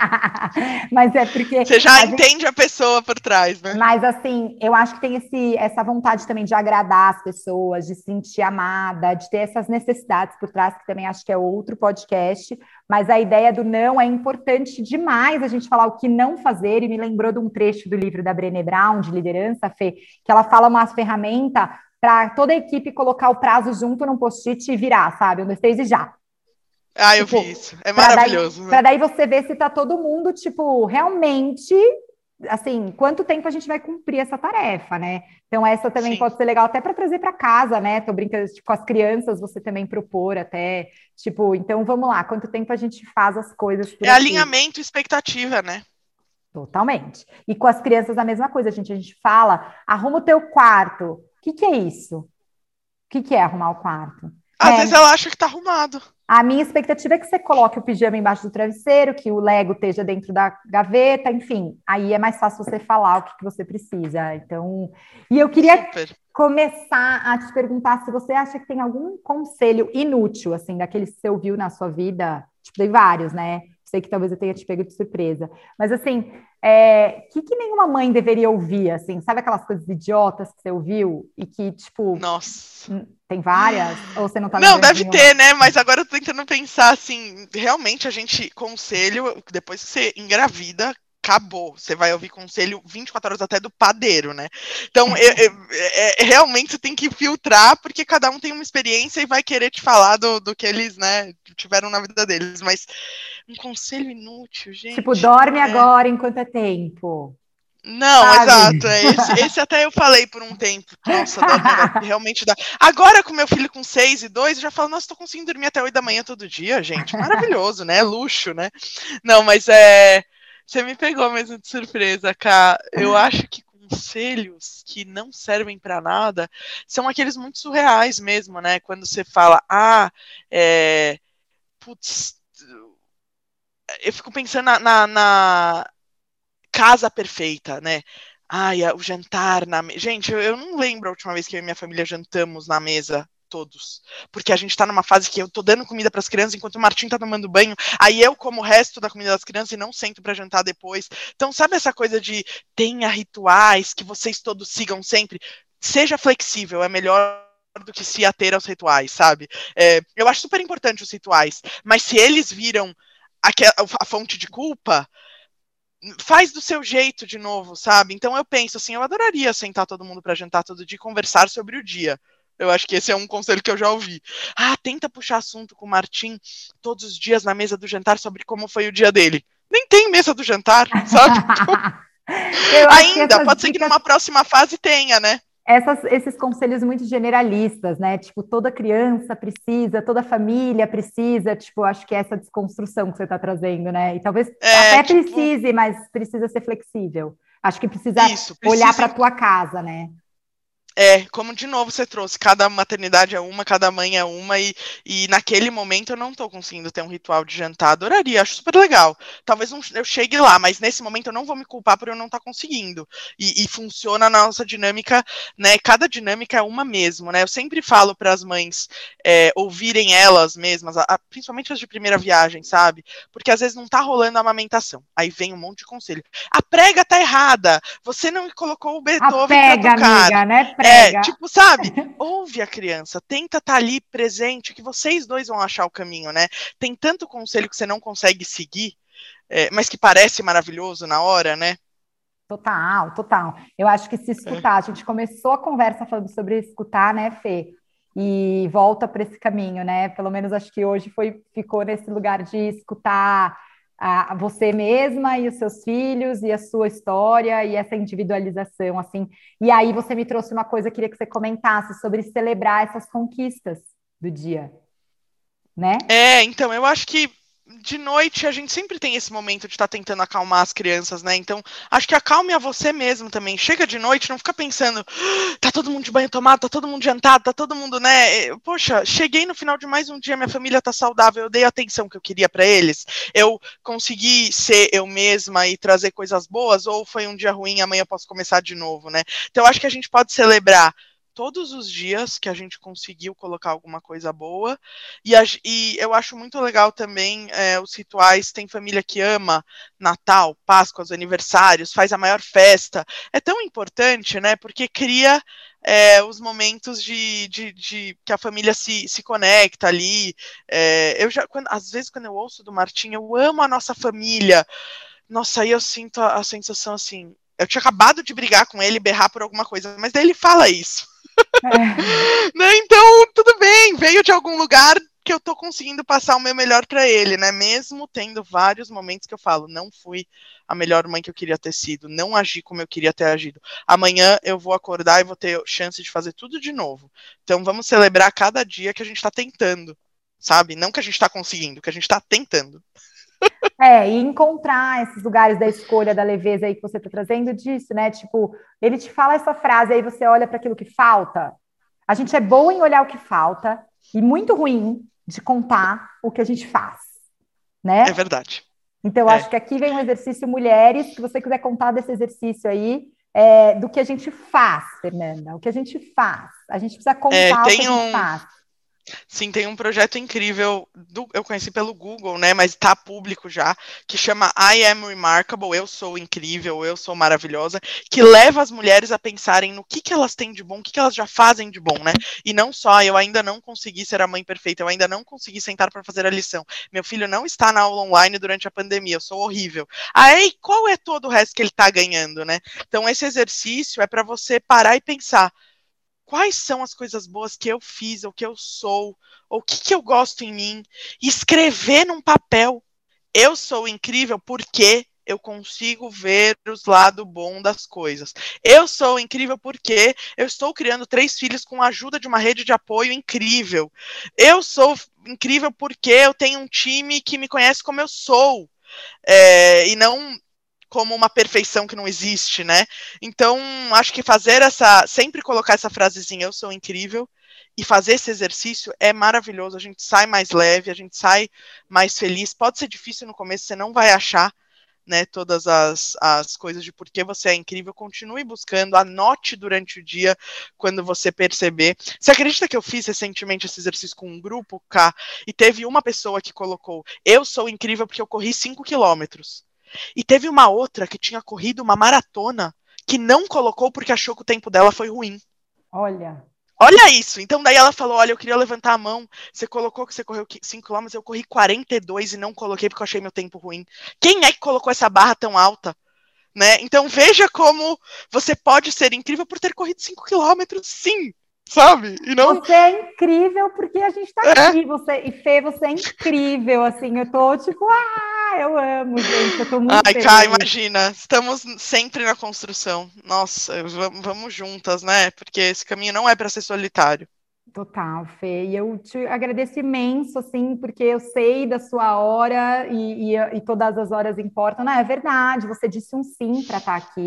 Mas é porque... Você já a entende gente... a pessoa por trás, né? Mas, assim, eu acho que tem esse, essa vontade também de agradar as pessoas, de se sentir amada, de ter essas necessidades por trás, que também acho que é outro podcast. Mas a ideia do não é importante demais a gente falar o que não fazer, e me lembrou de um trecho do livro da Brené Brown, de liderança, Fê, que ela fala uma ferramenta para toda a equipe colocar o prazo junto num post-it e virar, sabe? Um, dois, três e já. Ah, eu Tipo, vi isso. É maravilhoso. Para daí, né? daí você ver se tá todo mundo, tipo, realmente, assim, quanto tempo a gente vai cumprir essa tarefa, né? Então, essa também Sim. pode ser legal até para trazer para casa, né? Tô brincando, tipo, com as crianças, você também propor até, tipo, então vamos lá, quanto tempo a gente faz as coisas por É aqui? Alinhamento e expectativa, né? Totalmente. E com as crianças a mesma coisa, gente. A gente fala, arruma o teu quarto. O que, que é isso? O que, que é arrumar o quarto? Às é, vezes ela acha que tá arrumado. A minha expectativa é que você coloque o pijama embaixo do travesseiro, que o Lego esteja dentro da gaveta, enfim. Aí é mais fácil você falar o que, que você precisa. Então, e eu queria Super. começar a te perguntar se você acha que tem algum conselho inútil, assim, daqueles que você ouviu na sua vida. Tipo, dei vários, né? Sei que talvez eu tenha te pego de surpresa. Mas, assim, é, que, que nenhuma mãe deveria ouvir, assim? Sabe aquelas coisas idiotas que você ouviu e que, tipo... Nossa... Tem várias? Ou você não tá Não, deve de ter, né? Mas agora eu tô tentando pensar assim, realmente a gente, conselho, depois que você engravida, acabou. Você vai ouvir conselho vinte e quatro horas até do padeiro, né? Então, é, é, é, realmente você tem que filtrar, porque cada um tem uma experiência e vai querer te falar do, do que eles, né, tiveram na vida deles. Mas um conselho inútil, gente. Tipo, dorme é... agora enquanto é tempo. Não, Sabe? exato. É esse, esse até eu falei por um tempo. Nossa, dorme agora, realmente dá. Agora, com meu filho com seis e dois, eu já falo, nossa, tô conseguindo dormir até oito da manhã todo dia, gente. Maravilhoso, né? Luxo, né? Não, mas é. Você me pegou mesmo de surpresa, Cá. Eu acho que conselhos que não servem para nada são aqueles muito surreais mesmo, né? Quando você fala, ah, é. Putz. Eu fico pensando na, na, na casa perfeita, né? Ai, o jantar na mesa. Gente, eu, eu não lembro a última vez que eu e minha família jantamos na mesa, todos. Porque a gente tá numa fase que eu tô dando comida pras crianças enquanto o Martim tá tomando banho, aí eu como o resto da comida das crianças e não sento pra jantar depois. Então, sabe essa coisa de tenha rituais que vocês todos sigam sempre? Seja flexível, é melhor do que se ater aos rituais, sabe? É, eu acho super importante os rituais, mas se eles viram a, a fonte de culpa, faz do seu jeito de novo, sabe? Então eu penso assim, eu adoraria sentar todo mundo para jantar todo dia e conversar sobre o dia. Eu acho que esse é um conselho que eu já ouvi. Ah, tenta puxar assunto com o Martim todos os dias na mesa do jantar sobre como foi o dia dele. Nem tem mesa do jantar, sabe? Então, ainda, pode ser dicas... que numa próxima fase tenha, né? Essas, esses conselhos muito generalistas, né? Tipo, toda criança precisa, toda família precisa, tipo, acho que é essa desconstrução que você está trazendo, né? E talvez é, até tipo... precise, mas precisa ser flexível. Acho que precisa, Isso, precisa... olhar para a tua casa, né? É, como de novo você trouxe, cada maternidade é uma, cada mãe é uma, e, e naquele momento eu não tô conseguindo ter um ritual de jantar. Adoraria, acho super legal. Talvez não, eu chegue lá, mas nesse momento eu não vou me culpar por eu não estar conseguindo. E, e funciona na nossa dinâmica, né? Cada dinâmica é uma mesmo, né? Eu sempre falo para as mães é, ouvirem elas mesmas, a, a, principalmente as de primeira viagem, sabe? Porque às vezes não tá rolando a amamentação. Aí vem um monte de conselho. A prega tá errada, você não colocou o Beethoven para Apega, tocar. amiga, né? É, Prega. tipo, sabe? Ouve a criança, tenta estar ali presente, que vocês dois vão achar o caminho, né? Tem tanto conselho que você não consegue seguir, é, mas que parece maravilhoso na hora, né? Total, total. Eu acho que se É. escutar, a gente começou a conversa falando sobre escutar, né, Fê? E volta para esse caminho, né? Pelo menos acho que hoje foi, ficou nesse lugar de escutar a, a você mesma e os seus filhos e a sua história e essa individualização, assim. E aí você me trouxe uma coisa, eu queria que você comentasse sobre celebrar essas conquistas do dia, né? É, então, eu acho que de noite a gente sempre tem esse momento de estar tentando acalmar as crianças, né? Então, acho que acalme a você mesmo também. Chega de noite, não fica pensando, "Ah, tá todo mundo de banho tomado, tá todo mundo jantado, tá todo mundo, né? Eh, Poxa, cheguei no final de mais um dia, minha família tá saudável, eu dei a atenção que eu queria para eles, eu consegui ser eu mesma e trazer coisas boas, ou foi um dia ruim, amanhã eu posso começar de novo, né? Então, acho que a gente pode celebrar todos os dias que a gente conseguiu colocar alguma coisa boa. E, a, e eu acho muito legal também é, os rituais. Tem família que ama Natal, Páscoa, os aniversários, faz a maior festa. É tão importante, né? Porque cria é, os momentos de, de, de que a família se, se conecta ali. É, eu já, quando, às vezes, quando eu ouço do Martim, eu amo a nossa família. Nossa, aí eu sinto a, a sensação assim. Eu tinha acabado de brigar com ele, berrar por alguma coisa, mas daí ele fala isso. É. Né? Então, tudo bem, veio de algum lugar que eu tô conseguindo passar o meu melhor para ele, né? Mesmo tendo vários momentos que eu falo, não fui a melhor mãe que eu queria ter sido, não agi como eu queria ter agido. Amanhã eu vou acordar e vou ter chance de fazer tudo de novo. Então, vamos celebrar cada dia que a gente tá tentando, sabe? Não que a gente tá conseguindo, que a gente tá tentando. É, e encontrar esses lugares da escolha, da leveza aí que você está trazendo disso, né? Tipo, ele te fala essa frase, aí você olha para aquilo que falta. A gente é bom em olhar o que falta e muito ruim de contar o que a gente faz, É né? verdade. Então, eu É. acho que aqui vem um exercício, mulheres, que você quiser contar desse exercício aí, é, do que a gente faz, Fernanda, o que a gente faz. A gente precisa É, contar o que a tem gente um, faz. sim, tem um projeto incrível, do, eu conheci pelo Google, né, mas está público já, que chama I Am Remarkable, eu sou incrível, eu sou maravilhosa, que leva as mulheres a pensarem no que, que elas têm de bom, o que, que elas já fazem de bom, né, e não só, eu ainda não consegui ser a mãe perfeita, eu ainda não consegui sentar para fazer a lição, meu filho não está na aula online durante a pandemia, eu sou horrível. Aí, qual é todo o resto que ele está ganhando, né? Então, esse exercício é para você parar e pensar, quais são as coisas boas que eu fiz, ou que eu sou, ou o que, que eu gosto em mim, e escrever num papel. Eu sou incrível porque eu consigo ver os lados bons das coisas. Eu sou incrível porque eu estou criando três filhos com a ajuda de uma rede de apoio incrível. Eu sou incrível porque eu tenho um time que me conhece como eu sou. É, e não como uma perfeição que não existe, né? Então, acho que fazer essa, sempre colocar essa frasezinha, eu sou incrível, e fazer esse exercício é maravilhoso, a gente sai mais leve, a gente sai mais feliz, pode ser difícil no começo, você não vai achar, né, todas as, as coisas de por que você é incrível, continue buscando, anote durante o dia, quando você perceber. Você acredita que eu fiz recentemente esse exercício com um grupo, Cá, e teve uma pessoa que colocou, eu sou incrível porque eu corri cinco quilômetros. E teve uma outra que tinha corrido uma maratona que não colocou porque achou que o tempo dela foi ruim. Olha, Olha isso. Então daí ela falou, olha, eu queria levantar a mão. Você colocou que você correu cinco quilômetros, eu corri quarenta e dois e não coloquei porque eu achei meu tempo ruim. Quem é que colocou essa barra tão alta? Né? Então veja como você pode ser incrível por ter corrido cinco quilômetros, sim, sabe? E não... você é incrível porque a gente está É. aqui. Você, e Fê, você é incrível. Assim, eu tô tipo, ah, eu amo, gente. Eu tô muito Ai, Cá, feliz. imagina, estamos sempre na construção. Nossa, vamos, vamos juntas, né? Porque esse caminho não é para ser solitário. Total, Fê. E eu te agradeço imenso, assim, porque eu sei da sua hora e, e, e todas as horas importam. Não, é verdade, você disse um sim para estar aqui.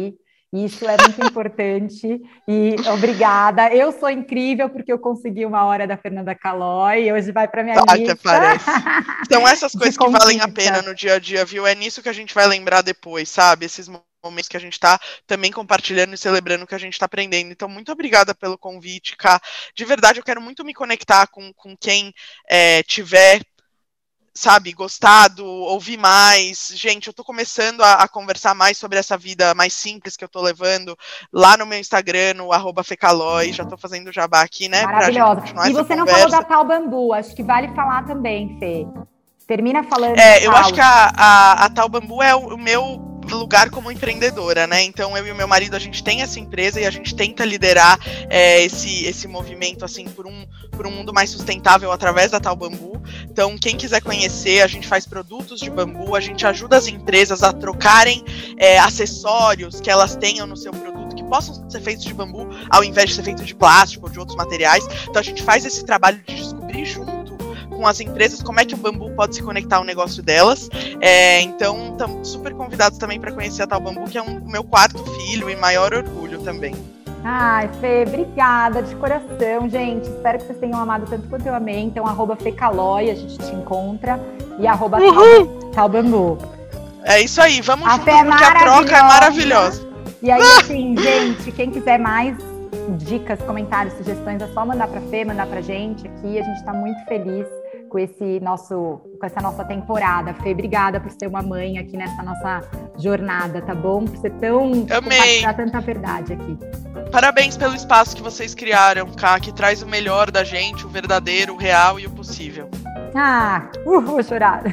Isso é muito importante e obrigada. Eu sou incrível porque eu consegui uma hora da Fernanda Caloi e hoje vai para minha ah, lista. Até parece. São essas coisas que valem a pena no dia a dia, viu? É nisso que a gente vai lembrar depois, sabe? Esses momentos que a gente está também compartilhando e celebrando o que a gente está aprendendo. Então, muito obrigada pelo convite, Ká. De verdade, eu quero muito me conectar com, com quem é, tiver, sabe, gostado, ouvir mais. Gente, eu tô começando a, a conversar mais sobre essa vida mais simples que eu tô levando lá no meu Instagram, no arroba Fecaloi. Já tô fazendo jabá aqui, né? Maravilhosa. E você não falou da Tal Bambu, acho que vale falar também, Fê. Termina falando. É, eu acho que a, a, a Tal Bambu é o, o meu lugar como empreendedora, né? Então eu e o meu marido, a gente tem essa empresa e a gente tenta liderar é, esse, esse movimento assim por um, por um mundo mais sustentável através da Tal Bambu. Então quem quiser conhecer, a gente faz produtos de bambu, a gente ajuda as empresas a trocarem é, acessórios que elas tenham no seu produto que possam ser feitos de bambu ao invés de ser feito de plástico ou de outros materiais. Então a gente faz esse trabalho de descobrir junto com as empresas como é que o bambu pode se conectar ao negócio delas. É, então, estamos super convidados também para conhecer a Tal Bambu, que é um meu quarto filho e maior orgulho também. Ai, Fê, obrigada de coração, gente. Espero que vocês tenham amado tanto quanto eu amei. Então, arroba Fecaloi, a gente te encontra, e arroba Tal Bambu. É isso aí, vamos a junto, Fê é porque a troca é maravilhosa. E aí, assim, gente, quem quiser mais dicas, comentários, sugestões, é só mandar pra Fê, mandar pra gente aqui. A gente tá muito feliz com esse nosso, com essa nossa temporada. Fê, obrigada por ser uma mãe aqui nessa nossa jornada, tá bom? Por ser tão... Amei. Compartilhar tanta verdade aqui. Parabéns pelo espaço que vocês criaram, Ká, que traz o melhor da gente, o verdadeiro, o real e o possível. Ah, uh, vou chorar.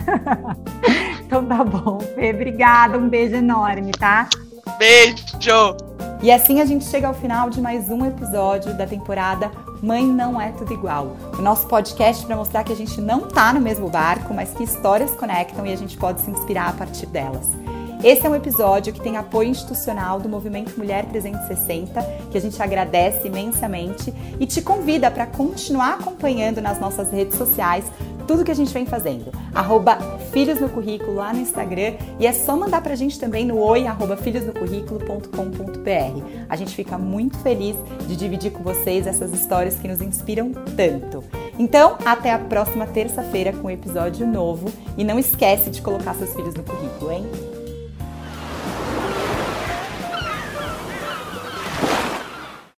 Então tá bom, Fê, obrigada, um beijo enorme, tá? Beijo! E assim a gente chega ao final de mais um episódio da temporada Mãe Não É Tudo Igual. O nosso podcast para mostrar que a gente não tá no mesmo barco, mas que histórias conectam e a gente pode se inspirar a partir delas. Esse é um episódio que tem apoio institucional do Movimento Mulher trezentos e sessenta, que a gente agradece imensamente e te convida para continuar acompanhando nas nossas redes sociais tudo que a gente vem fazendo. Arroba Filhos no Currículo lá no Instagram, e é só mandar pra gente também no oi arroba filhos no currículo ponto com ponto br. A gente fica muito feliz de dividir com vocês essas histórias que nos inspiram tanto. Então, até a próxima terça-feira com um episódio novo, e não esquece de colocar seus filhos no currículo, hein?